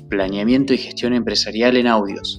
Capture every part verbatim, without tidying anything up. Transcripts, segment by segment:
Planeamiento y gestión empresarial en audios.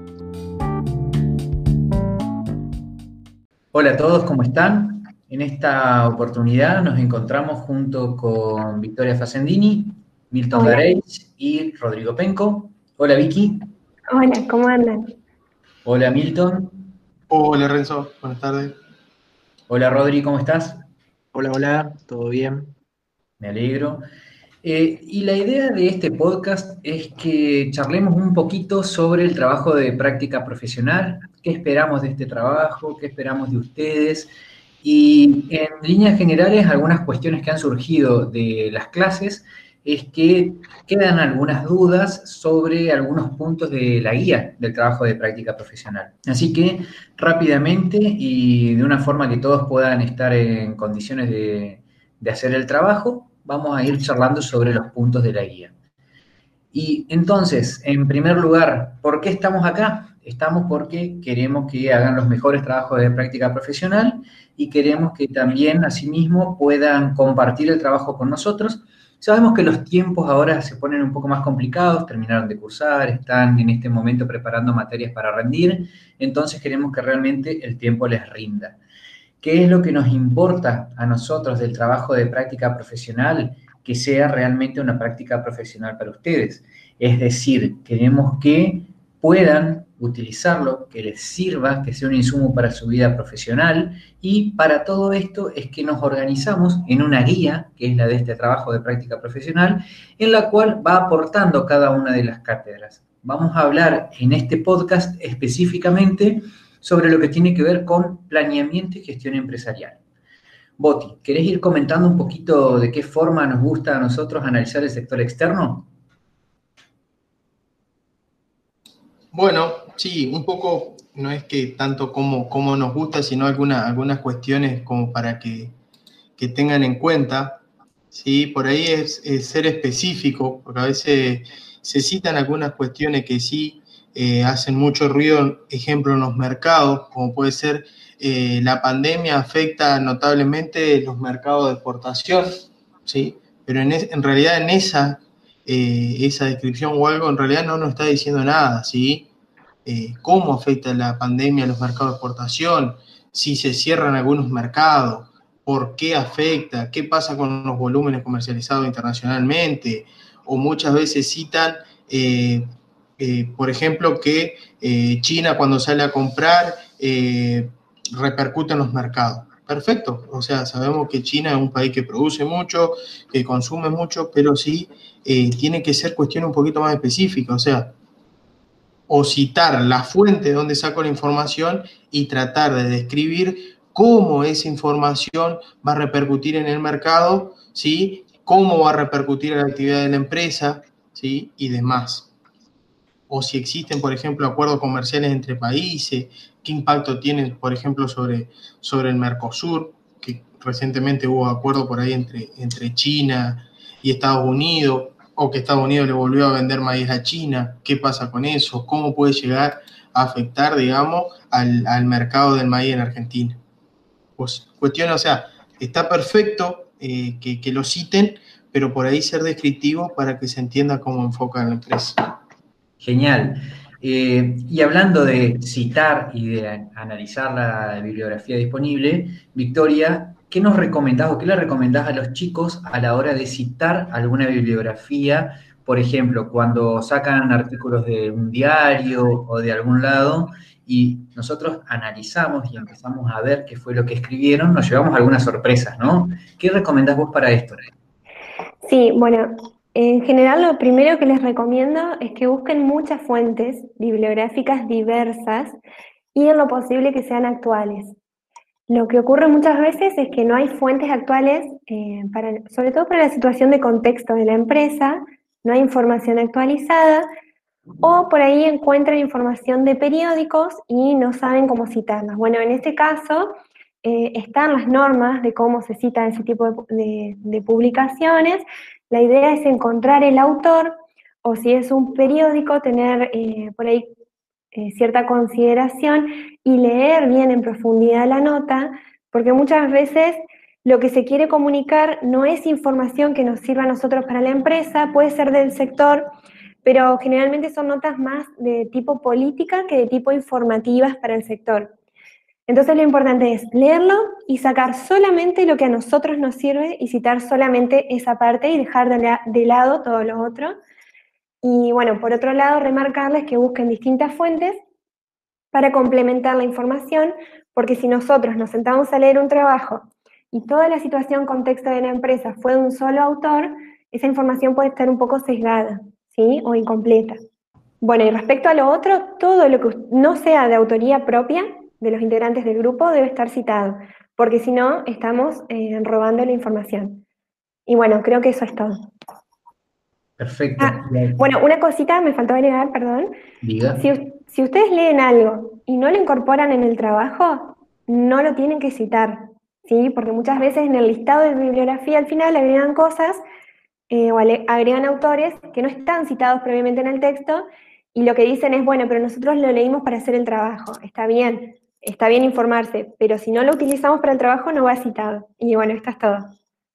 Hola a todos, ¿cómo están? En esta oportunidad nos encontramos junto con Victoria Facendini, Milton Hola. Gareich y Rodrigo Penco. Hola Vicky. Hola, ¿cómo andan? Hola Milton. Hola Renzo, buenas tardes. Hola Rodri, ¿cómo estás? Hola, hola, ¿todo bien? Me alegro. Eh, y la idea de este podcast es que charlemos un poquito sobre el trabajo de práctica profesional, qué esperamos de este trabajo, qué esperamos de ustedes, y en líneas generales algunas cuestiones que han surgido de las clases es que quedan algunas dudas sobre algunos puntos de la guía del trabajo de práctica profesional. Así que rápidamente y de una forma que todos puedan estar en condiciones de, de hacer el trabajo, vamos a ir charlando sobre los puntos de la guía. Y entonces, en primer lugar, ¿por qué estamos acá? Estamos porque queremos que hagan los mejores trabajos de práctica profesional y queremos que también, asimismo, puedan compartir el trabajo con nosotros. Sabemos que los tiempos ahora se ponen un poco más complicados, terminaron de cursar, están en este momento preparando materias para rendir, entonces queremos que realmente el tiempo les rinda. ¿Qué es lo que nos importa a nosotros del trabajo de práctica profesional? Que sea realmente una práctica profesional para ustedes. Es decir, queremos que puedan utilizarlo, que les sirva, que sea un insumo para su vida profesional, y para todo esto es que nos organizamos en una guía, que es la de este trabajo de práctica profesional, en la cual va aportando cada una de las cátedras. Vamos a hablar en este podcast específicamente sobre lo que tiene que ver con planeamiento y gestión empresarial. Boti, ¿querés ir comentando un poquito de qué forma nos gusta a nosotros analizar el sector externo? Bueno, sí, un poco, no es que tanto como, como nos gusta, sino alguna, algunas cuestiones como para que, que tengan en cuenta. Sí, por ahí es, es ser específico, porque a veces se citan algunas cuestiones que sí eh, hacen mucho ruido, ejemplo en los mercados, como puede ser eh, la pandemia afecta notablemente los mercados de exportación, ¿sí? Pero en, es, en realidad en esa, eh, esa descripción o algo, en realidad no nos está diciendo nada, ¿sí? Eh, cómo afecta la pandemia a los mercados de exportación, si se cierran algunos mercados, por qué afecta, qué pasa con los volúmenes comercializados internacionalmente, o muchas veces citan, eh, eh, por ejemplo, que eh, China cuando sale a comprar eh, repercute en los mercados. Perfecto, o sea, sabemos que China es un país que produce mucho, que consume mucho, pero sí eh, tiene que ser cuestión un poquito más específica, o sea, o citar la fuente de donde saco la información y tratar de describir cómo esa información va a repercutir en el mercado, ¿sí? Cómo va a repercutir en la actividad de la empresa, ¿sí? Y demás. O si existen, por ejemplo, acuerdos comerciales entre países, qué impacto tienen, por ejemplo, sobre, sobre el Mercosur, que recientemente hubo acuerdo por ahí entre, entre China y Estados Unidos, o que Estados Unidos le volvió a vender maíz a China, ¿qué pasa con eso? ¿Cómo puede llegar a afectar, digamos, al, al mercado del maíz en Argentina? Pues cuestión, o sea, está perfecto eh, que, que lo citen, pero por ahí ser descriptivo para que se entienda cómo enfoca la empresa. Genial. Eh, y hablando de citar y de analizar la bibliografía disponible, Victoria, ¿qué nos recomendás o qué le recomendás a los chicos a la hora de citar alguna bibliografía? Por ejemplo, cuando sacan artículos de un diario o de algún lado y nosotros analizamos y empezamos a ver qué fue lo que escribieron, nos llevamos algunas sorpresas, ¿no? ¿Qué recomendás vos para esto? Sí, bueno, en general lo primero que les recomiendo es que busquen muchas fuentes bibliográficas diversas y en lo posible que sean actuales. Lo que ocurre muchas veces es que no hay fuentes actuales, eh, para, sobre todo para la situación de contexto de la empresa, no hay información actualizada, o por ahí encuentran información de periódicos y no saben cómo citarlas. Bueno, en este caso eh, están las normas de cómo se cita ese tipo de, de, de publicaciones. La idea es encontrar el autor, o si es un periódico, tener eh, por ahí eh, cierta consideración y leer bien en profundidad la nota, porque muchas veces lo que se quiere comunicar no es información que nos sirva a nosotros para la empresa, puede ser del sector, pero generalmente son notas más de tipo política que de tipo informativas para el sector. Entonces lo importante es leerlo y sacar solamente lo que a nosotros nos sirve y citar solamente esa parte y dejar de, la, de lado todo lo otro. Y bueno, por otro lado, remarcarles que busquen distintas fuentes para complementar la información, porque si nosotros nos sentamos a leer un trabajo y toda la situación, contexto de la empresa fue de un solo autor, esa información puede estar un poco sesgada, ¿sí? O incompleta. Bueno, y respecto a lo otro, todo lo que no sea de autoría propia de los integrantes del grupo debe estar citado, porque si no, estamos eh, robando la información. Y bueno, creo que eso es todo. Perfecto. Ah, bueno, una cosita me faltó agregar, perdón. Diga. Si, si ustedes leen algo y no lo incorporan en el trabajo, no lo tienen que citar, ¿sí? Porque muchas veces en el listado de bibliografía al final agregan cosas eh, o agregan autores que no están citados previamente en el texto y lo que dicen es, bueno, pero nosotros lo leímos para hacer el trabajo, está bien, está bien informarse, pero si no lo utilizamos para el trabajo no va citado. Y bueno, esto es todo.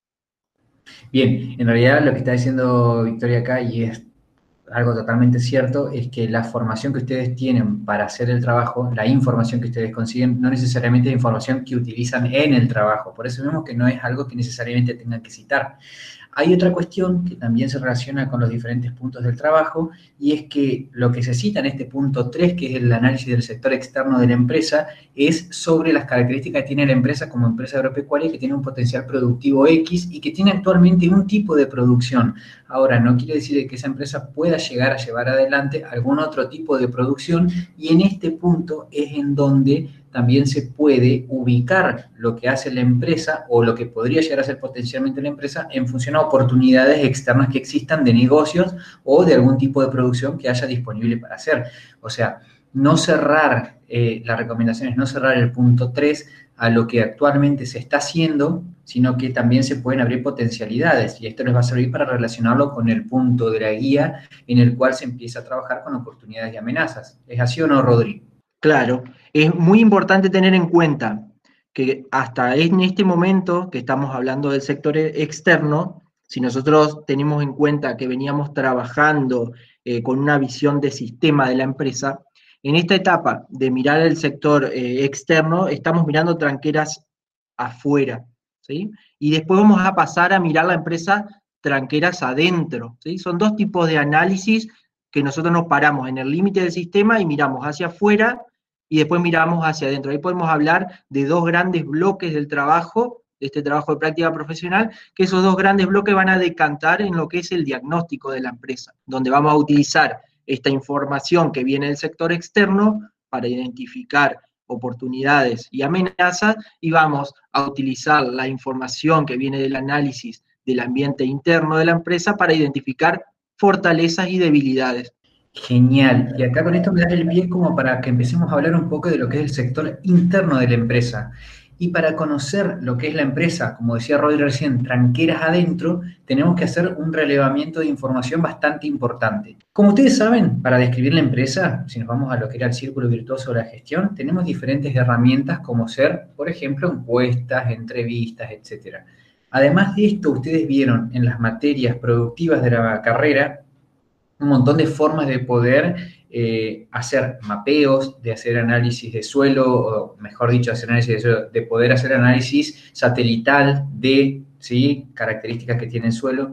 Bien, en realidad lo que está diciendo Victoria acá, y es algo totalmente cierto, es que la formación que ustedes tienen para hacer el trabajo, la información que ustedes consiguen, no necesariamente es información que utilizan en el trabajo. Por eso vemos que no es algo que necesariamente tengan que citar. Hay otra cuestión que también se relaciona con los diferentes puntos del trabajo, y es que lo que se cita en este punto tres, que es el análisis del sector externo de la empresa, es sobre las características que tiene la empresa como empresa agropecuaria, que tiene un potencial productivo X y que tiene actualmente un tipo de producción. Ahora, no quiere decir que esa empresa pueda llegar a llevar adelante algún otro tipo de producción, y en este punto es en donde también se puede ubicar lo que hace la empresa o lo que podría llegar a ser potencialmente la empresa en función a oportunidades externas que existan de negocios o de algún tipo de producción que haya disponible para hacer. O sea, no cerrar, eh, la recomendación es no cerrar el punto tres a lo que actualmente se está haciendo, sino que también se pueden abrir potencialidades, y esto les va a servir para relacionarlo con el punto de la guía en el cual se empieza a trabajar con oportunidades y amenazas. ¿Es así o no, Rodrigo? Claro, es muy importante tener en cuenta que hasta en este momento que estamos hablando del sector externo, si nosotros tenemos en cuenta que veníamos trabajando eh, con una visión de sistema de la empresa, en esta etapa de mirar el sector eh, externo, estamos mirando tranqueras afuera, ¿sí? Y después vamos a pasar a mirar la empresa tranqueras adentro, ¿sí? Son dos tipos de análisis que nosotros nos paramos en el límite del sistema y miramos hacia afuera y después miramos hacia adentro. Ahí podemos hablar de dos grandes bloques del trabajo, de este trabajo de práctica profesional, que esos dos grandes bloques van a decantar en lo que es el diagnóstico de la empresa, donde vamos a utilizar esta información que viene del sector externo para identificar oportunidades y amenazas, y vamos a utilizar la información que viene del análisis del ambiente interno de la empresa para identificar fortalezas y debilidades. Genial. Y acá con esto me das el pie como para que empecemos a hablar un poco de lo que es el sector interno de la empresa. Y para conocer lo que es la empresa, como decía Rodri recién, tranqueras adentro, tenemos que hacer un relevamiento de información bastante importante. Como ustedes saben, para describir la empresa, si nos vamos a lo que era el círculo virtuoso de la gestión, tenemos diferentes herramientas como ser, por ejemplo, encuestas, entrevistas, etcétera. Además de esto, ustedes vieron en las materias productivas de la carrera un montón de formas de poder eh, hacer mapeos, de hacer análisis de suelo, o mejor dicho, hacer análisis de suelo, de poder hacer análisis satelital de, ¿sí?, características que tiene el suelo,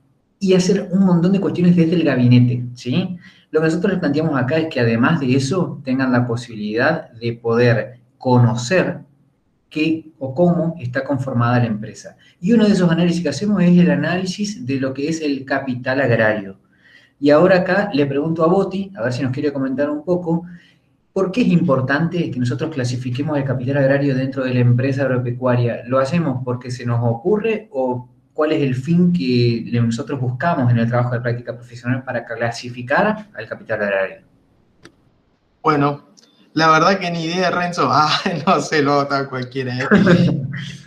y hacer un montón de cuestiones desde el gabinete, ¿sí? Lo que nosotros les planteamos acá es que además de eso tengan la posibilidad de poder conocer qué o cómo está conformada la empresa. Y uno de esos análisis que hacemos es el análisis de lo que es el capital agrario. Y ahora acá le pregunto a Boti, a ver si nos quiere comentar un poco, ¿por qué es importante que nosotros clasifiquemos el capital agrario dentro de la empresa agropecuaria? ¿Lo hacemos porque se nos ocurre o cuál es el fin que nosotros buscamos en el trabajo de práctica profesional para clasificar al capital agrario? Bueno, la verdad que ni idea, Renzo. Ah, no sé, lo hago cualquiera, ¿eh?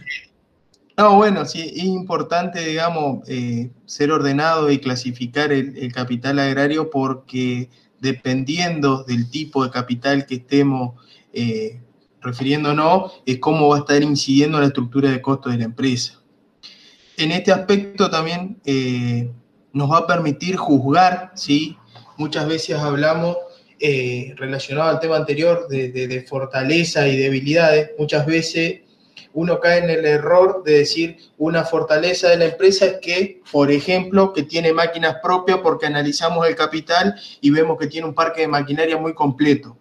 No, bueno, sí, es importante, digamos, eh, ser ordenado y clasificar el, el capital agrario, porque dependiendo del tipo de capital que estemos eh, refiriéndonos, es cómo va a estar incidiendo la estructura de costos de la empresa. En este aspecto también eh, nos va a permitir juzgar, ¿sí?, muchas veces hablamos, eh, relacionado al tema anterior, de, de, de fortaleza y debilidades. Muchas veces uno cae en el error de decir una fortaleza de la empresa es que, por ejemplo, que tiene máquinas propias porque analizamos el capital y vemos que tiene un parque de maquinaria muy completo.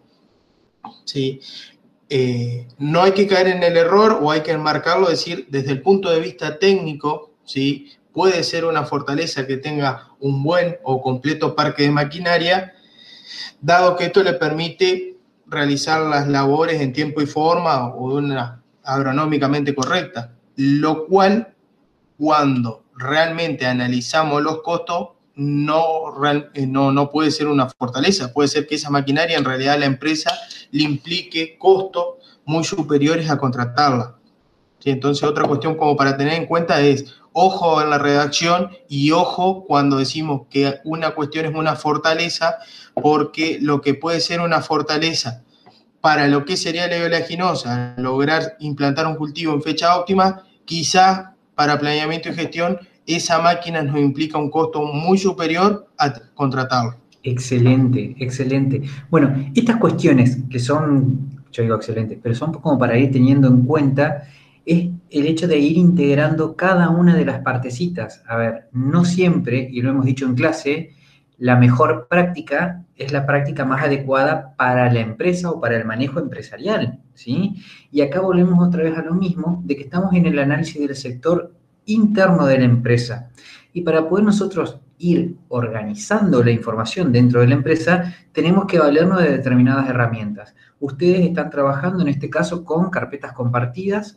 ¿Sí? Eh, no hay que caer en el error, o hay que enmarcarlo, decir, desde el punto de vista técnico, ¿sí? Puede ser una fortaleza que tenga un buen o completo parque de maquinaria, dado que esto le permite realizar las labores en tiempo y forma o de una agronómicamente correcta, lo cual, cuando realmente analizamos los costos, no, no, no puede ser una fortaleza. Puede ser que esa maquinaria en realidad a la empresa le implique costos muy superiores a contratarla. ¿Sí? Entonces, otra cuestión como para tener en cuenta es, ojo en la redacción y ojo cuando decimos que una cuestión es una fortaleza, porque lo que puede ser una fortaleza para lo que sería la oleaginosa, lograr implantar un cultivo en fecha óptima, quizás para planeamiento y gestión, esa máquina nos implica un costo muy superior a contratarlo. Excelente, excelente. Bueno, estas cuestiones que son, yo digo excelentes, pero son como para ir teniendo en cuenta, es el hecho de ir integrando cada una de las partecitas. A ver, no siempre, y lo hemos dicho en clase, la mejor práctica es la práctica más adecuada para la empresa o para el manejo empresarial, ¿sí? Y acá volvemos otra vez a lo mismo, de que estamos en el análisis del sector interno de la empresa. Y para poder nosotros ir organizando la información dentro de la empresa, tenemos que valernos de determinadas herramientas. Ustedes están trabajando en este caso con carpetas compartidas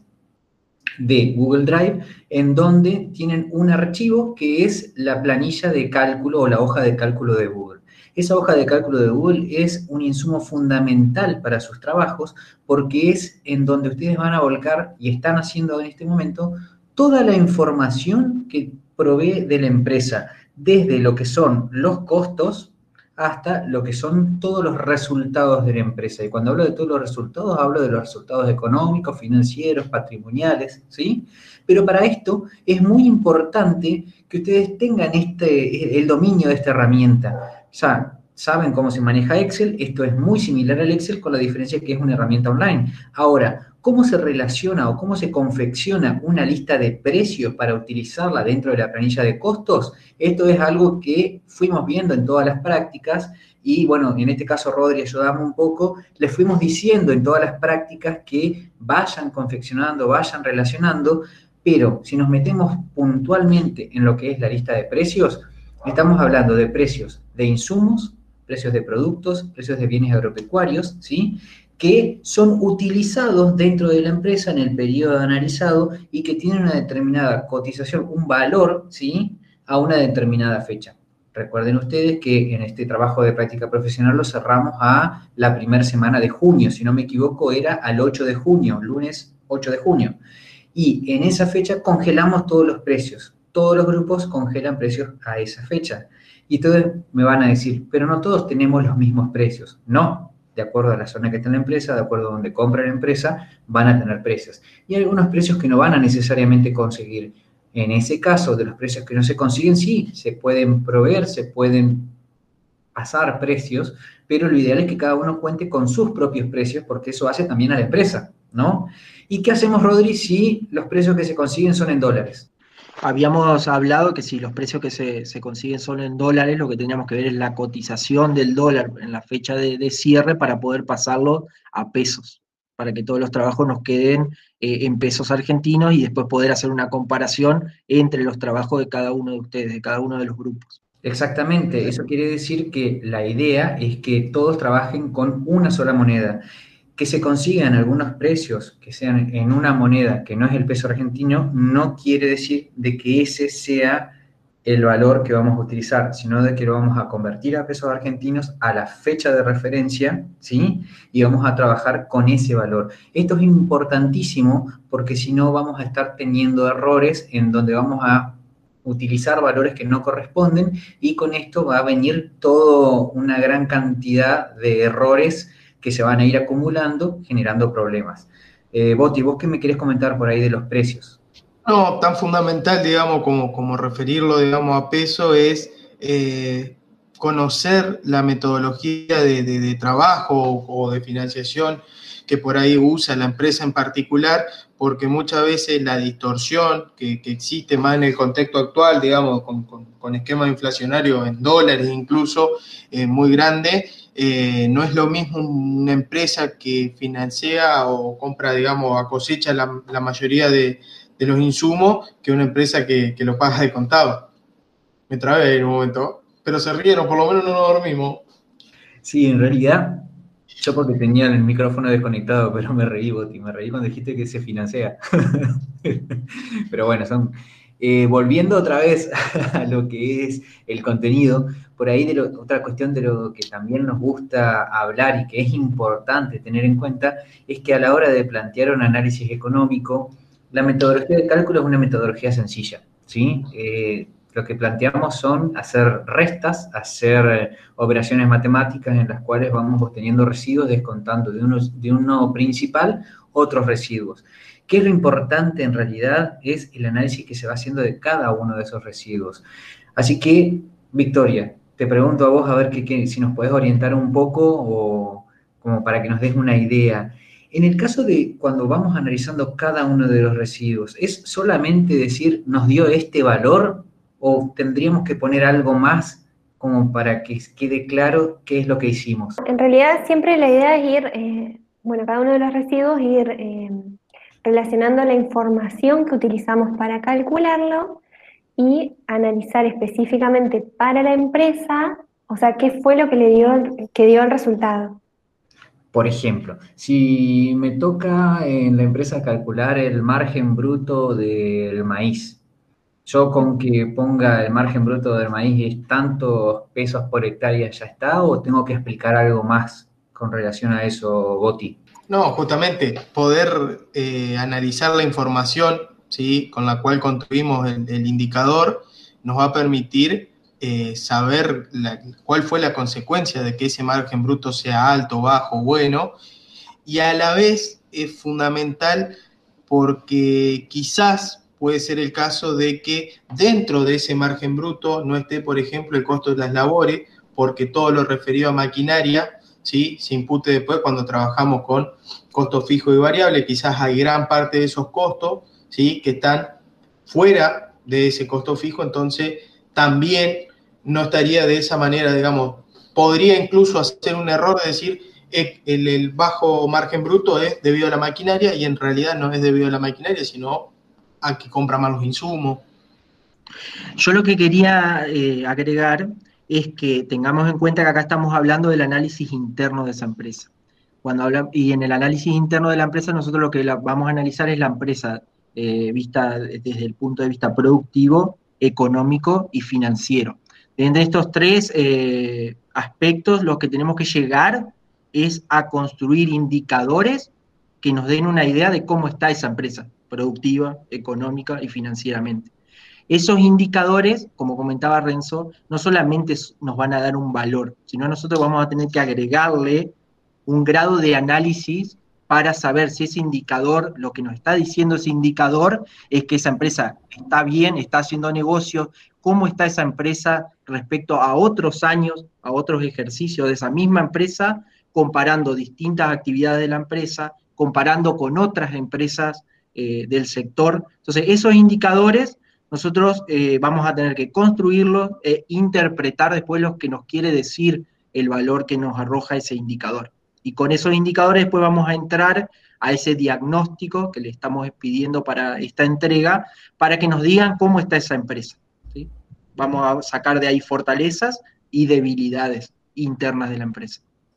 de Google Drive, en donde tienen un archivo que es la planilla de cálculo o la hoja de cálculo de Google. Esa hoja de cálculo de Google es un insumo fundamental para sus trabajos, porque es en donde ustedes van a volcar, y están haciendo en este momento, toda la información que provee de la empresa, desde lo que son los costos hasta lo que son todos los resultados de la empresa. Y cuando hablo de todos los resultados, hablo de los resultados económicos, financieros, patrimoniales, ¿sí? Pero para esto es muy importante que ustedes tengan este, el dominio de esta herramienta. Ya saben cómo se maneja Excel, esto es muy similar al Excel, con la diferencia que es una herramienta online. Ahora, ¿cómo se relaciona o cómo se confecciona una lista de precios para utilizarla dentro de la planilla de costos? Esto es algo que fuimos viendo en todas las prácticas y, bueno, en este caso, Rodri, ayudamos un poco, les fuimos diciendo en todas las prácticas que vayan confeccionando, vayan relacionando, pero si nos metemos puntualmente en lo que es la lista de precios, estamos hablando de precios de insumos, precios de productos, precios de bienes agropecuarios, ¿sí?, que son utilizados dentro de la empresa en el periodo analizado y que tienen una determinada cotización, un valor, ¿sí?, a una determinada fecha. Recuerden ustedes que en este trabajo de práctica profesional lo cerramos a la primera semana de junio, si no me equivoco era al ocho de junio, lunes ocho de junio. Y en esa fecha congelamos todos los precios, todos los grupos congelan precios a esa fecha. Y todos me van a decir, pero no todos tenemos los mismos precios. No. De acuerdo a la zona que está la empresa, de acuerdo a donde compra la empresa, van a tener precios. Y hay algunos precios que no van a necesariamente conseguir. En ese caso, de los precios que no se consiguen, sí, se pueden proveer, se pueden pasar precios, pero lo ideal es que cada uno cuente con sus propios precios, porque eso hace también a la empresa, ¿no? ¿Y qué hacemos, Rodri, si los precios que se consiguen son en dólares? Habíamos hablado que si los precios que se, se consiguen son en dólares, lo que teníamos que ver es la cotización del dólar en la fecha de, de cierre para poder pasarlo a pesos, para que todos los trabajos nos queden eh, en pesos argentinos y después poder hacer una comparación entre los trabajos de cada uno de ustedes, de cada uno de los grupos. Exactamente, eso quiere decir que la idea es que todos trabajen con una sola moneda. Que se consigan algunos precios que sean en una moneda que no es el peso argentino, no quiere decir de que ese sea el valor que vamos a utilizar, sino de que lo vamos a convertir a pesos argentinos a la fecha de referencia, ¿sí? Y vamos a trabajar con ese valor. Esto es importantísimo porque si no vamos a estar teniendo errores en donde vamos a utilizar valores que no corresponden y con esto va a venir toda una gran cantidad de errores que se van a ir acumulando, generando problemas. Eh, Boti, ¿vos qué me querés comentar por ahí de los precios? No, tan fundamental, digamos, como, como referirlo, digamos, a peso es, eh, conocer la metodología de, de, de trabajo o, o de financiación que por ahí usa la empresa en particular, porque muchas veces la distorsión que, que existe más en el contexto actual, digamos, con, con, con esquemas inflacionarios en dólares incluso, eh, muy grande, eh, no es lo mismo una empresa que financia o compra, digamos, a cosecha la, la mayoría de, de los insumos que una empresa que, que lo paga de contado. Me trabé ahí en un momento, pero se rieron, por lo menos no nos dormimos. Sí, en realidad, yo porque tenía el micrófono desconectado, pero me reí, Boti, me reí cuando dijiste que se financia. Pero bueno, son... Eh, volviendo otra vez a lo que es el contenido, por ahí de lo, otra cuestión de lo que también nos gusta hablar y que es importante tener en cuenta, es que a la hora de plantear un análisis económico, la metodología de cálculo es una metodología sencilla, ¿sí? Eh, lo que planteamos son hacer restas, hacer eh, operaciones matemáticas en las cuales vamos obteniendo residuos descontando de uno, de uno principal otros residuos. ¿Qué es lo importante en realidad? Es el análisis que se va haciendo de cada uno de esos residuos. Así que, Victoria, te pregunto a vos a ver que, que, si nos podés orientar un poco o como para que nos des una idea. En el caso de cuando vamos analizando cada uno de los residuos, ¿es solamente decir nos dio este valor o tendríamos que poner algo más como para que quede claro qué es lo que hicimos? En realidad siempre la idea es ir, eh, bueno, cada uno de los residuos ir eh, relacionando la información que utilizamos para calcularlo y analizar específicamente para la empresa, o sea, qué fue lo que le dio, que dio el resultado. Por ejemplo, si me toca en la empresa calcular el margen bruto del maíz, yo con que ponga el margen bruto del maíz es tantos pesos por hectárea, ¿ya está? ¿O tengo que explicar algo más con relación a eso, Boti? No, justamente poder eh, analizar la información, ¿sí?, con la cual construimos el, el indicador nos va a permitir eh, saber la, cuál fue la consecuencia de que ese margen bruto sea alto, bajo, bueno, y a la vez es fundamental porque quizás puede ser el caso de que dentro de ese margen bruto no esté, por ejemplo, el costo de las labores, porque todo lo referido a maquinaria, ¿sí?, se impute después cuando trabajamos con costos fijos y variables. Quizás hay gran parte de esos costos, ¿sí?, que están fuera de ese costo fijo, entonces también no estaría de esa manera, digamos, podría incluso hacer un error de decir el, el bajo margen bruto es debido a la maquinaria y en realidad no es debido a la maquinaria, sino a que compra más los insumos. Yo lo que quería eh, agregar es que tengamos en cuenta que acá estamos hablando del análisis interno de esa empresa. Cuando habla, y en el análisis interno de la empresa nosotros lo que la, vamos a analizar es la empresa eh, vista desde el punto de vista productivo, económico y financiero. Entre estos tres eh, aspectos lo que tenemos que llegar es a construir indicadores que nos den una idea de cómo está esa empresa, productiva, económica y financieramente. Esos indicadores, como comentaba Renzo, no solamente nos van a dar un valor, sino nosotros vamos a tener que agregarle un grado de análisis para saber si ese indicador, lo que nos está diciendo ese indicador, es que esa empresa está bien, está haciendo negocios, cómo está esa empresa respecto a otros años, a otros ejercicios de esa misma empresa, comparando distintas actividades de la empresa, comparando con otras empresas eh, del sector. Entonces, esos indicadores nosotros eh, vamos a tener que construirlos e interpretar después lo que nos quiere decir el valor que nos arroja ese indicador. Y con esos indicadores después vamos a entrar a ese diagnóstico que le estamos pidiendo para esta entrega, para que nos digan cómo está esa empresa, ¿sí? Vamos a sacar de ahí fortalezas y debilidades internas de la empresa.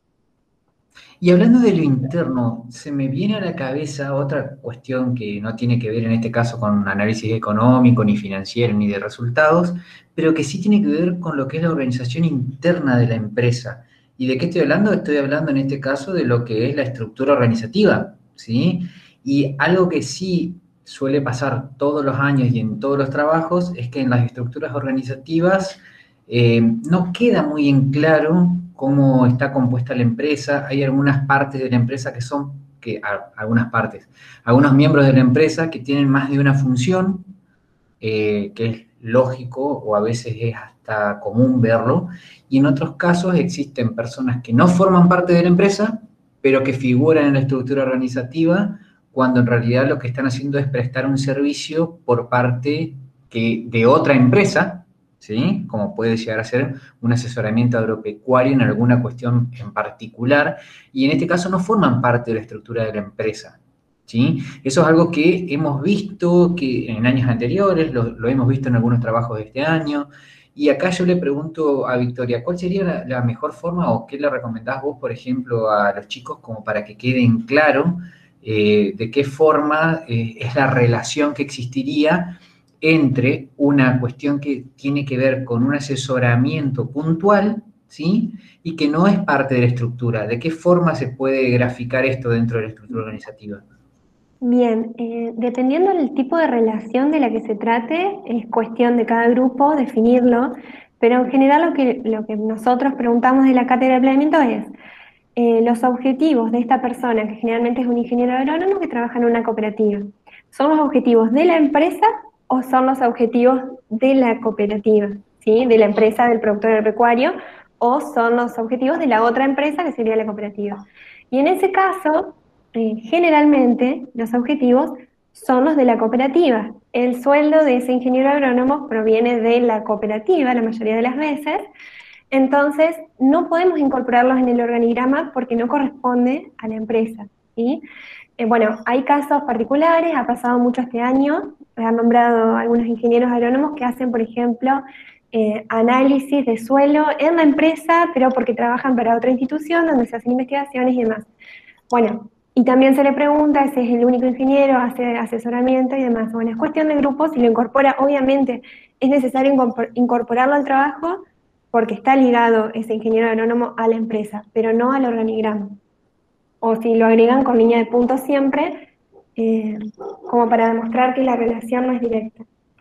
Y hablando de lo interno, se me viene a la cabeza otra cuestión que no tiene que ver en este caso con análisis económico, ni financiero, ni de resultados, pero que sí tiene que ver con lo que es la organización interna de la empresa. ¿Y de qué estoy hablando? Estoy hablando en este caso de lo que es la estructura organizativa, ¿sí? Y algo que sí suele pasar todos los años y en todos los trabajos es que en las estructuras organizativas eh, no queda muy en claro cómo está compuesta la empresa. Hay algunas partes de la empresa que son, que a, algunas partes, algunos miembros de la empresa que tienen más de una función, eh, que es lógico o a veces es hasta común verlo, y en otros casos existen personas que no forman parte de la empresa, pero que figuran en la estructura organizativa, cuando en realidad lo que están haciendo es prestar un servicio por parte que, de otra empresa, ¿sí? Como puede llegar a ser un asesoramiento agropecuario en alguna cuestión en particular, y en este caso no forman parte de la estructura de la empresa, ¿sí? Eso es algo que hemos visto que en años anteriores, lo, lo hemos visto en algunos trabajos de este año, y acá yo le pregunto a Victoria, ¿cuál sería la, la mejor forma o qué le recomendás vos, por ejemplo, a los chicos como para que queden claro eh, de qué forma eh, es la relación que existiría entre una cuestión que tiene que ver con un asesoramiento puntual, ¿sí? Y que no es parte de la estructura? ¿De qué forma se puede graficar esto dentro de la estructura organizativa? Bien, eh, dependiendo del tipo de relación de la que se trate, es cuestión de cada grupo definirlo, pero en general lo que, lo que nosotros preguntamos de la cátedra de planeamiento es eh, los objetivos de esta persona, que generalmente es un ingeniero agrónomo que trabaja en una cooperativa. ¿Son los objetivos de la empresa o son los objetivos de la cooperativa, ¿sí? De la empresa del productor agropecuario, o son los objetivos de la otra empresa que sería la cooperativa? Y en ese caso, eh, generalmente los objetivos son los de la cooperativa. El sueldo de ese ingeniero agrónomo proviene de la cooperativa la mayoría de las veces, entonces no podemos incorporarlos en el organigrama porque no corresponde a la empresa, ¿sí? Eh, bueno, hay casos particulares, ha pasado mucho este año, han nombrado algunos ingenieros agrónomos que hacen, por ejemplo, eh, análisis de suelo en la empresa, pero porque trabajan para otra institución donde se hacen investigaciones y demás. Bueno, y también se le pregunta si es el único ingeniero, hace asesoramiento y demás. Bueno, es cuestión de grupos, si lo incorpora, obviamente es necesario incorporarlo al trabajo porque está ligado ese ingeniero agrónomo a la empresa, pero no al organigrama. O si lo agregan con línea de puntos siempre, eh, como para demostrar que la relación no es directa.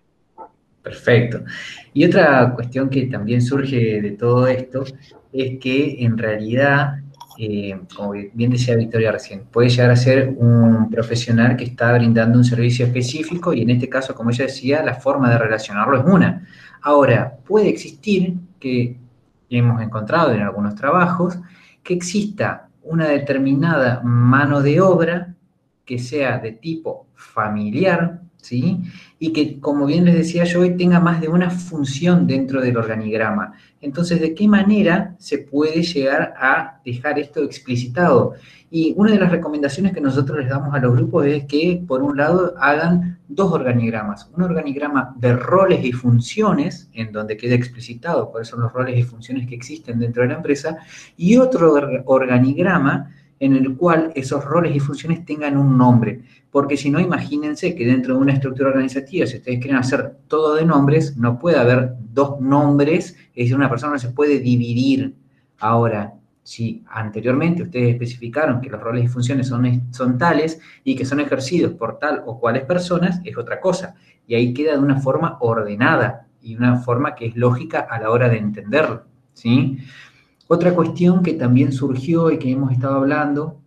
Perfecto. Y otra cuestión que también surge de todo esto es que en realidad, eh, como bien decía Victoria recién, puede llegar a ser un profesional que está brindando un servicio específico y en este caso, como ella decía, la forma de relacionarlo es una. Ahora, puede existir, que hemos encontrado en algunos trabajos, que exista una determinada mano de obra que sea de tipo familiar, ¿sí? Y que, como bien les decía yo, hoy tenga más de una función dentro del organigrama. Entonces, ¿de qué manera se puede llegar a dejar esto explicitado? Y una de las recomendaciones que nosotros les damos a los grupos es que, por un lado, hagan dos organigramas. Un organigrama de roles y funciones, en donde quede explicitado cuáles son los roles y funciones que existen dentro de la empresa, y otro organigrama en el cual esos roles y funciones tengan un nombre. Porque si no, imagínense que dentro de una estructura organizativa, si ustedes quieren hacer todo de nombres, no puede haber dos nombres, es decir, una persona no se puede dividir. Ahora, si anteriormente ustedes especificaron que los roles y funciones son, son tales y que son ejercidos por tal o cuales personas, es otra cosa. Y ahí queda de una forma ordenada y una forma que es lógica a la hora de entenderlo, ¿sí? Otra cuestión que también surgió y que hemos estado hablando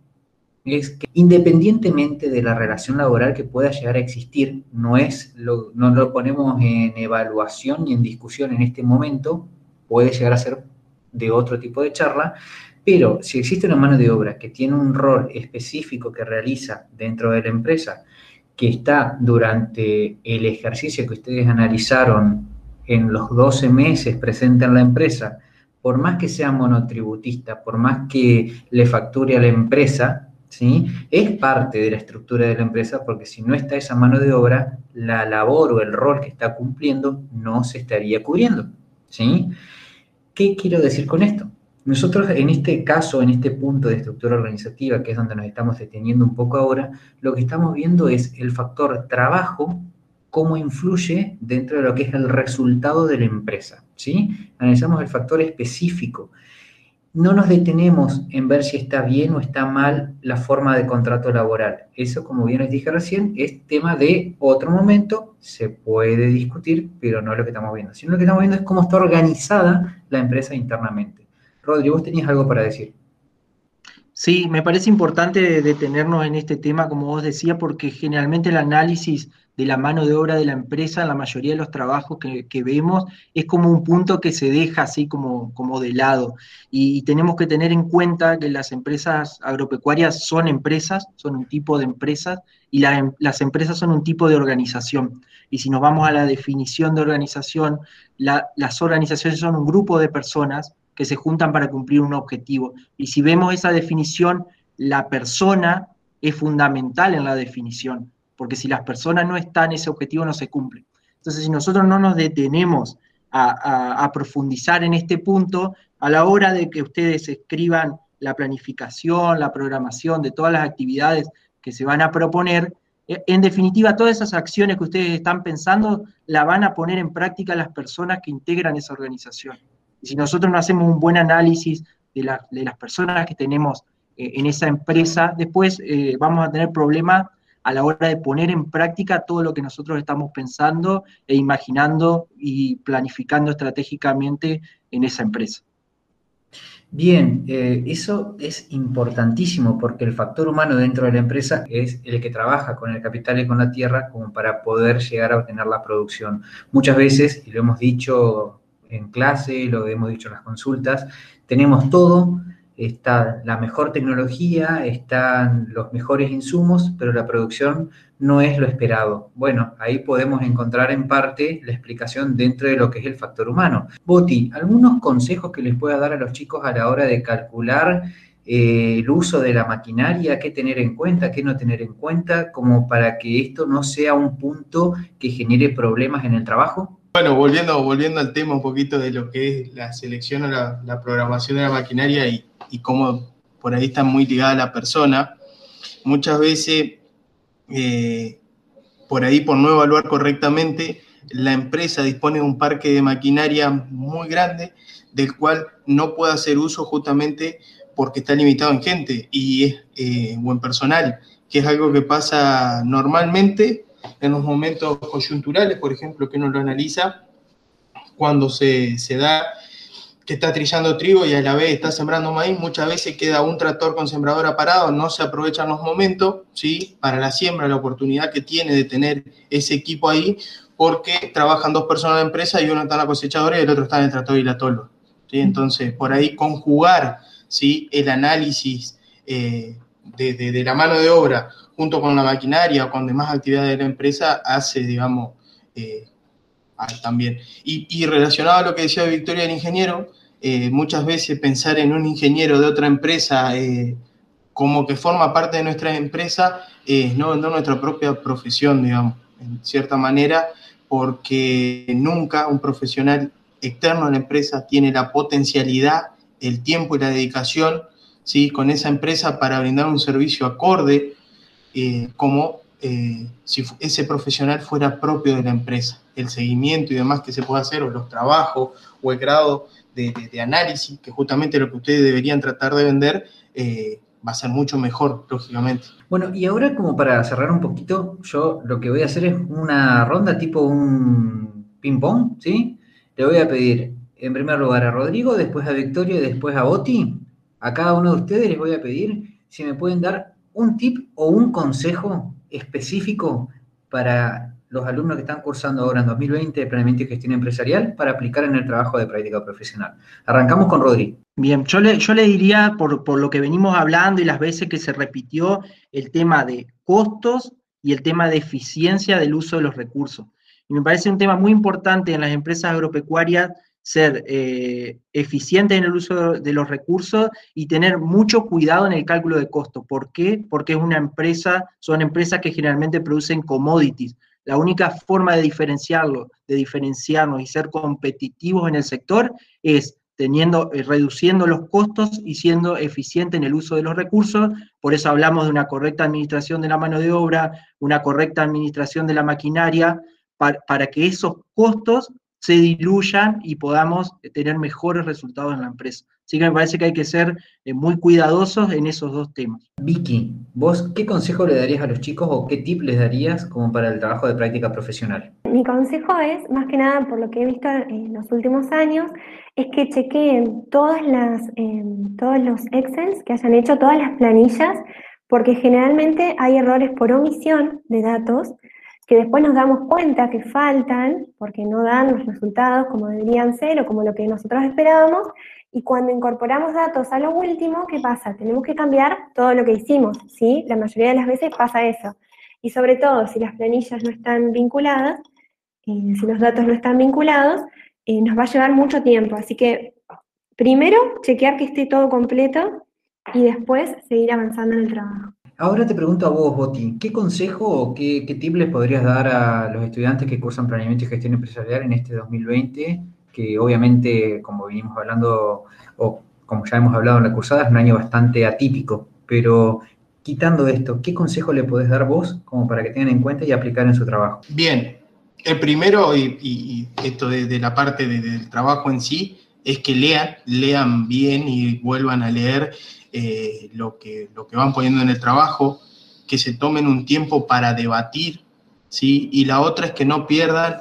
es que independientemente de la relación laboral que pueda llegar a existir, no, es lo, no lo ponemos en evaluación ni en discusión en este momento, puede llegar a ser de otro tipo de charla, pero si existe una mano de obra que tiene un rol específico que realiza dentro de la empresa, que está durante el ejercicio que ustedes analizaron en los doce meses presente en la empresa, por más que sea monotributista, por más que le facture a la empresa, ¿sí? Es parte de la estructura de la empresa, porque si no está esa mano de obra, la labor o el rol que está cumpliendo no se estaría cubriendo, ¿sí? ¿Qué quiero decir con esto? Nosotros en este caso, en este punto de estructura organizativa, que es donde nos estamos deteniendo un poco ahora, lo que estamos viendo es el factor trabajo, cómo influye dentro de lo que es el resultado de la empresa, ¿sí? Analizamos el factor específico. No nos detenemos en ver si está bien o está mal la forma de contrato laboral. Eso, como bien les dije recién, es tema de otro momento, se puede discutir, pero no es lo que estamos viendo. Sino lo que estamos viendo es cómo está organizada la empresa internamente. Rodri, vos tenías algo para decir. Sí, me parece importante detenernos en este tema, como vos decías, porque generalmente el análisis de la mano de obra de la empresa, en la mayoría de los trabajos que, que vemos, es como un punto que se deja así como, como de lado. Y, y tenemos que tener en cuenta que las empresas agropecuarias son empresas, son un tipo de empresas, y la, las empresas son un tipo de organización. Y si nos vamos a la definición de organización, la, las organizaciones son un grupo de personas que se juntan para cumplir un objetivo. Y si vemos esa definición, la persona es fundamental en la definición, porque si las personas no están, ese objetivo no se cumple. Entonces, si nosotros no nos detenemos a, a, a profundizar en este punto, a la hora de que ustedes escriban la planificación, la programación de todas las actividades que se van a proponer, en definitiva, todas esas acciones que ustedes están pensando, la van a poner en práctica las personas que integran esa organización. Y si nosotros no hacemos un buen análisis de, la, de las personas que tenemos eh, en esa empresa, después eh, vamos a tener problemas a la hora de poner en práctica todo lo que nosotros estamos pensando e imaginando y planificando estratégicamente en esa empresa. Bien, eh, eso es importantísimo porque el factor humano dentro de la empresa es el que trabaja con el capital y con la tierra como para poder llegar a obtener la producción. Muchas veces, y lo hemos dicho en clase, lo hemos dicho en las consultas, tenemos todo, está la mejor tecnología, están los mejores insumos, pero la producción no es lo esperado. Bueno, ahí podemos encontrar en parte la explicación dentro de lo que es el factor humano. Boti, ¿algunos consejos que les pueda dar a los chicos a la hora de calcular eh, el uso de la maquinaria, qué tener en cuenta, qué no tener en cuenta, como para que esto no sea un punto que genere problemas en el trabajo? Bueno, volviendo, volviendo al tema un poquito de lo que es la selección o la, la programación de la maquinaria y, y cómo por ahí está muy ligada a la persona, muchas veces, eh, por ahí por no evaluar correctamente, la empresa dispone de un parque de maquinaria muy grande del cual no puede hacer uso justamente porque está limitado en gente y es, eh, o en personal, que es algo que pasa normalmente en los momentos coyunturales, por ejemplo, que uno lo analiza, cuando se, se da que está trillando trigo y a la vez está sembrando maíz, muchas veces queda un tractor con sembradora parado, no se aprovechan los momentos, ¿sí?, para la siembra, la oportunidad que tiene de tener ese equipo ahí, porque trabajan dos personas en la empresa y uno está en la cosechadora y el otro está en el tractor y la tolva, ¿sí? Entonces, por ahí conjugar, ¿sí?, el análisis eh, de, de, de la mano de obra junto con la maquinaria o con demás actividades de la empresa, hace, digamos, eh, también. Y, y relacionado a lo que decía Victoria, el ingeniero, eh, muchas veces pensar en un ingeniero de otra empresa eh, como que forma parte de nuestra empresa es eh, no vender nuestra propia profesión, digamos, en cierta manera, porque nunca un profesional externo a la empresa tiene la potencialidad, el tiempo y la dedicación, ¿sí?, con esa empresa para brindar un servicio acorde, Eh, como eh, si ese profesional fuera propio de la empresa. El seguimiento y demás que se puede hacer, o los trabajos, o el grado de, de, de análisis, que justamente lo que ustedes deberían tratar de vender, eh, va a ser mucho mejor, lógicamente. Bueno, y ahora como para cerrar un poquito, yo lo que voy a hacer es una ronda tipo un ping-pong, ¿sí? Le voy a pedir en primer lugar a Rodrigo, después a Victoria y después a Boti. A cada uno de ustedes les voy a pedir si me pueden dar un tip o un consejo específico para los alumnos que están cursando ahora en dos mil veinte de Planeamiento y Gestión Empresarial para aplicar en el trabajo de práctica profesional. Arrancamos con Rodrigo. Bien, yo le, yo le diría, por, por lo que venimos hablando y las veces que se repitió, el tema de costos y el tema de eficiencia del uso de los recursos. Y me parece un tema muy importante en las empresas agropecuarias ser eh, eficientes en el uso de los recursos y tener mucho cuidado en el cálculo de costos. ¿Por qué? Porque es una empresa, son empresas que generalmente producen commodities. La única forma de diferenciarlo, de diferenciarnos y ser competitivos en el sector es teniendo, eh, reduciendo los costos y siendo eficiente en el uso de los recursos. Por eso hablamos de una correcta administración de la mano de obra, una correcta administración de la maquinaria, para, para que esos costos se diluyan y podamos tener mejores resultados en la empresa. Así que me parece que hay que ser eh, muy cuidadosos en esos dos temas. Vicky, ¿vos qué consejo le darías a los chicos o qué tip les darías como para el trabajo de práctica profesional? Mi consejo es, más que nada por lo que he visto en los últimos años, es que chequeen todas las, eh, todos los Excels que hayan hecho, todas las planillas, porque generalmente hay errores por omisión de datos que después nos damos cuenta que faltan, porque no dan los resultados como deberían ser o como lo que nosotros esperábamos, y cuando incorporamos datos a lo último, ¿qué pasa? Tenemos que cambiar todo lo que hicimos, ¿sí? La mayoría de las veces pasa eso. Y sobre todo, si las planillas no están vinculadas, eh, si los datos no están vinculados, eh, nos va a llevar mucho tiempo. Así que, primero, chequear que esté todo completo y después seguir avanzando en el trabajo. Ahora te pregunto a vos, Boti, ¿qué consejo o qué, qué tip les podrías dar a los estudiantes que cursan Planeamiento y Gestión Empresarial en este dos mil veinte? Que obviamente, como venimos hablando, o como ya hemos hablado en la cursada, es un año bastante atípico, pero quitando esto, ¿qué consejo le podés dar vos como para que tengan en cuenta y aplicar en su trabajo? Bien, el primero, y, y esto de, de la parte de, del trabajo en sí, es que lean, lean bien y vuelvan a leer eh, lo, que, lo que van poniendo en el trabajo, que se tomen un tiempo para debatir, ¿sí? Y la otra es que no pierdan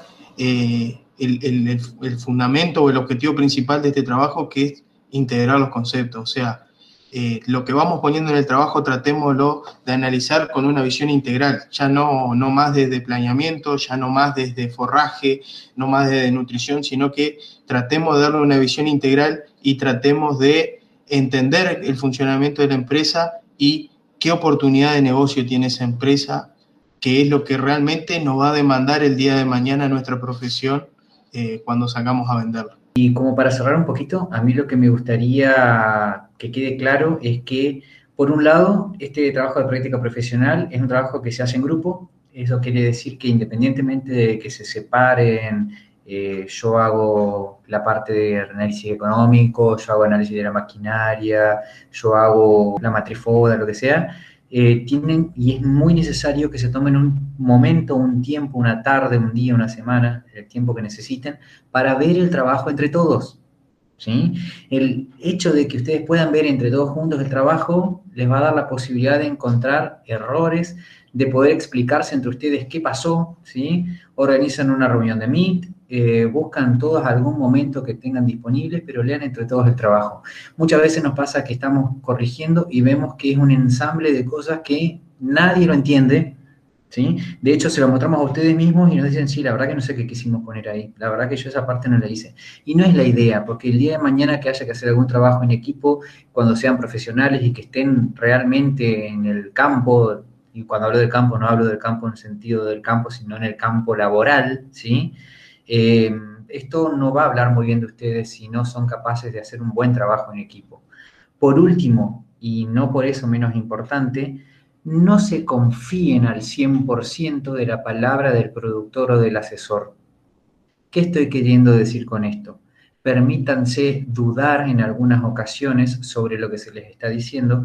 eh, el, el, el fundamento o el objetivo principal de este trabajo, que es integrar los conceptos. O sea, eh, lo que vamos poniendo en el trabajo, tratémoslo de analizar con una visión integral, ya no, no más desde planeamiento, ya no más desde forraje, no más desde nutrición, sino que tratemos de darle una visión integral y tratemos de entender el funcionamiento de la empresa y qué oportunidad de negocio tiene esa empresa, que es lo que realmente nos va a demandar el día de mañana nuestra profesión eh, cuando salgamos a venderla. Y como para cerrar un poquito, a mí lo que me gustaría que quede claro es que, por un lado, este trabajo de práctica profesional es un trabajo que se hace en grupo. Eso quiere decir que independientemente de que se separen, eh, yo hago la parte de análisis económico, yo hago análisis de la maquinaria, yo hago la matrifoda, lo que sea, eh, tienen, y es muy necesario que se tomen un momento, un tiempo, una tarde, un día, una semana, el tiempo que necesiten, para ver el trabajo entre todos, ¿sí? El hecho de que ustedes puedan ver entre todos juntos el trabajo les va a dar la posibilidad de encontrar errores, de poder explicarse entre ustedes qué pasó, ¿sí? Organizan una reunión de Meet, eh, buscan todos algún momento que tengan disponible, pero lean entre todos el trabajo. Muchas veces nos pasa que estamos corrigiendo y vemos que es un ensamble de cosas que nadie lo entiende, ¿sí? De hecho, se lo mostramos a ustedes mismos y nos dicen, sí, la verdad que no sé qué quisimos poner ahí, la verdad que yo esa parte no la hice. Y no es la idea, porque el día de mañana que haya que hacer algún trabajo en equipo, cuando sean profesionales y que estén realmente en el campo, y cuando hablo del campo no hablo del campo en el sentido del campo, sino en el campo laboral, ¿sí? Eh, esto no va a hablar muy bien de ustedes si no son capaces de hacer un buen trabajo en equipo. Por último, y no por eso menos importante, no se confíen al cien por ciento de la palabra del productor o del asesor. ¿Qué estoy queriendo decir con esto? Permítanse dudar en algunas ocasiones sobre lo que se les está diciendo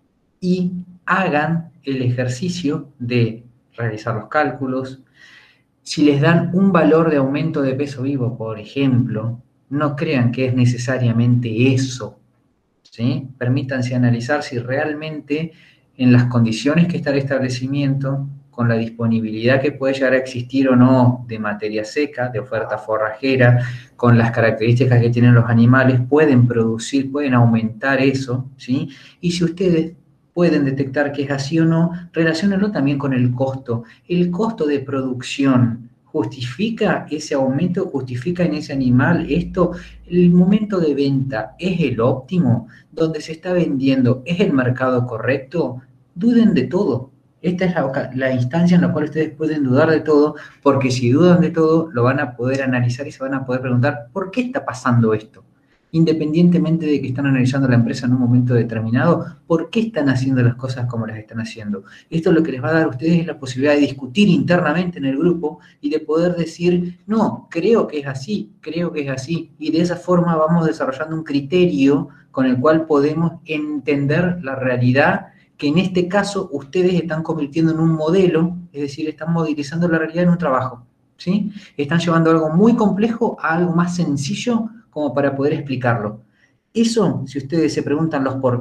y hagan el ejercicio de realizar los cálculos. Si les dan un valor de aumento de peso vivo, por ejemplo, no crean que es necesariamente eso, ¿sí? Permítanse analizar si realmente en las condiciones que está el establecimiento, con la disponibilidad que puede llegar a existir o no de materia seca, de oferta forrajera, con las características que tienen los animales, pueden producir, pueden aumentar eso, ¿sí? Y si ustedes pueden detectar que es así o no, relaciónenlo también con el costo. El costo de producción justifica ese aumento, justifica en ese animal esto. El momento de venta es el óptimo, donde se está vendiendo es el mercado correcto. Duden de todo. Esta es la, la instancia en la cual ustedes pueden dudar de todo, porque si dudan de todo lo van a poder analizar y se van a poder preguntar ¿por qué está pasando esto? Independientemente de que están analizando la empresa en un momento determinado, ¿por qué están haciendo las cosas como las están haciendo? Esto lo que les va a dar a ustedes es la posibilidad de discutir internamente en el grupo y de poder decir, no, creo que es así, creo que es así. Y de esa forma vamos desarrollando un criterio con el cual podemos entender la realidad que en este caso ustedes están convirtiendo en un modelo, es decir, están modelizando la realidad en un trabajo, ¿sí? Están llevando algo muy complejo a algo más sencillo como para poder explicarlo. Eso, si ustedes se preguntan los por qué,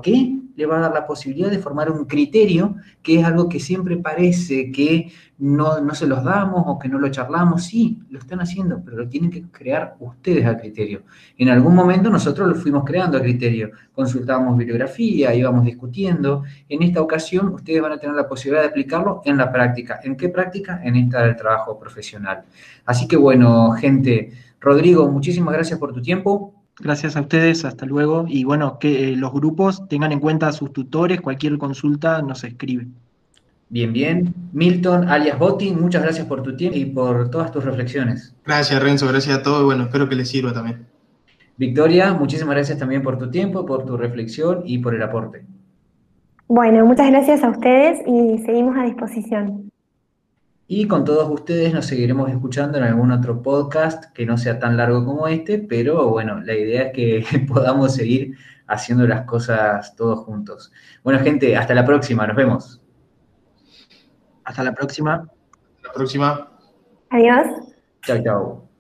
le va a dar la posibilidad de formar un criterio, que es algo que siempre parece que no, no se los damos o que no lo charlamos. Sí, lo están haciendo, pero lo tienen que crear ustedes al criterio. En algún momento nosotros lo fuimos creando al criterio, consultábamos bibliografía, íbamos discutiendo. En esta ocasión ustedes van a tener la posibilidad de aplicarlo en la práctica. ¿En qué práctica? En esta del trabajo profesional. Así que bueno, gente, Rodrigo, muchísimas gracias por tu tiempo. Gracias a ustedes, hasta luego. Y bueno, que eh, los grupos tengan en cuenta a sus tutores, cualquier consulta nos escriben. Bien, bien. Milton, alias Boti, muchas gracias por tu tiempo y por todas tus reflexiones. Gracias, Renzo, gracias a todos. Bueno, espero que les sirva también. Victoria, muchísimas gracias también por tu tiempo, por tu reflexión y por el aporte. Bueno, muchas gracias a ustedes y seguimos a disposición. Y con todos ustedes nos seguiremos escuchando en algún otro podcast que no sea tan largo como este, pero bueno, la idea es que podamos seguir haciendo las cosas todos juntos. Bueno, gente, hasta la próxima, nos vemos. Hasta la próxima. Hasta la próxima. Adiós. Chao, chao.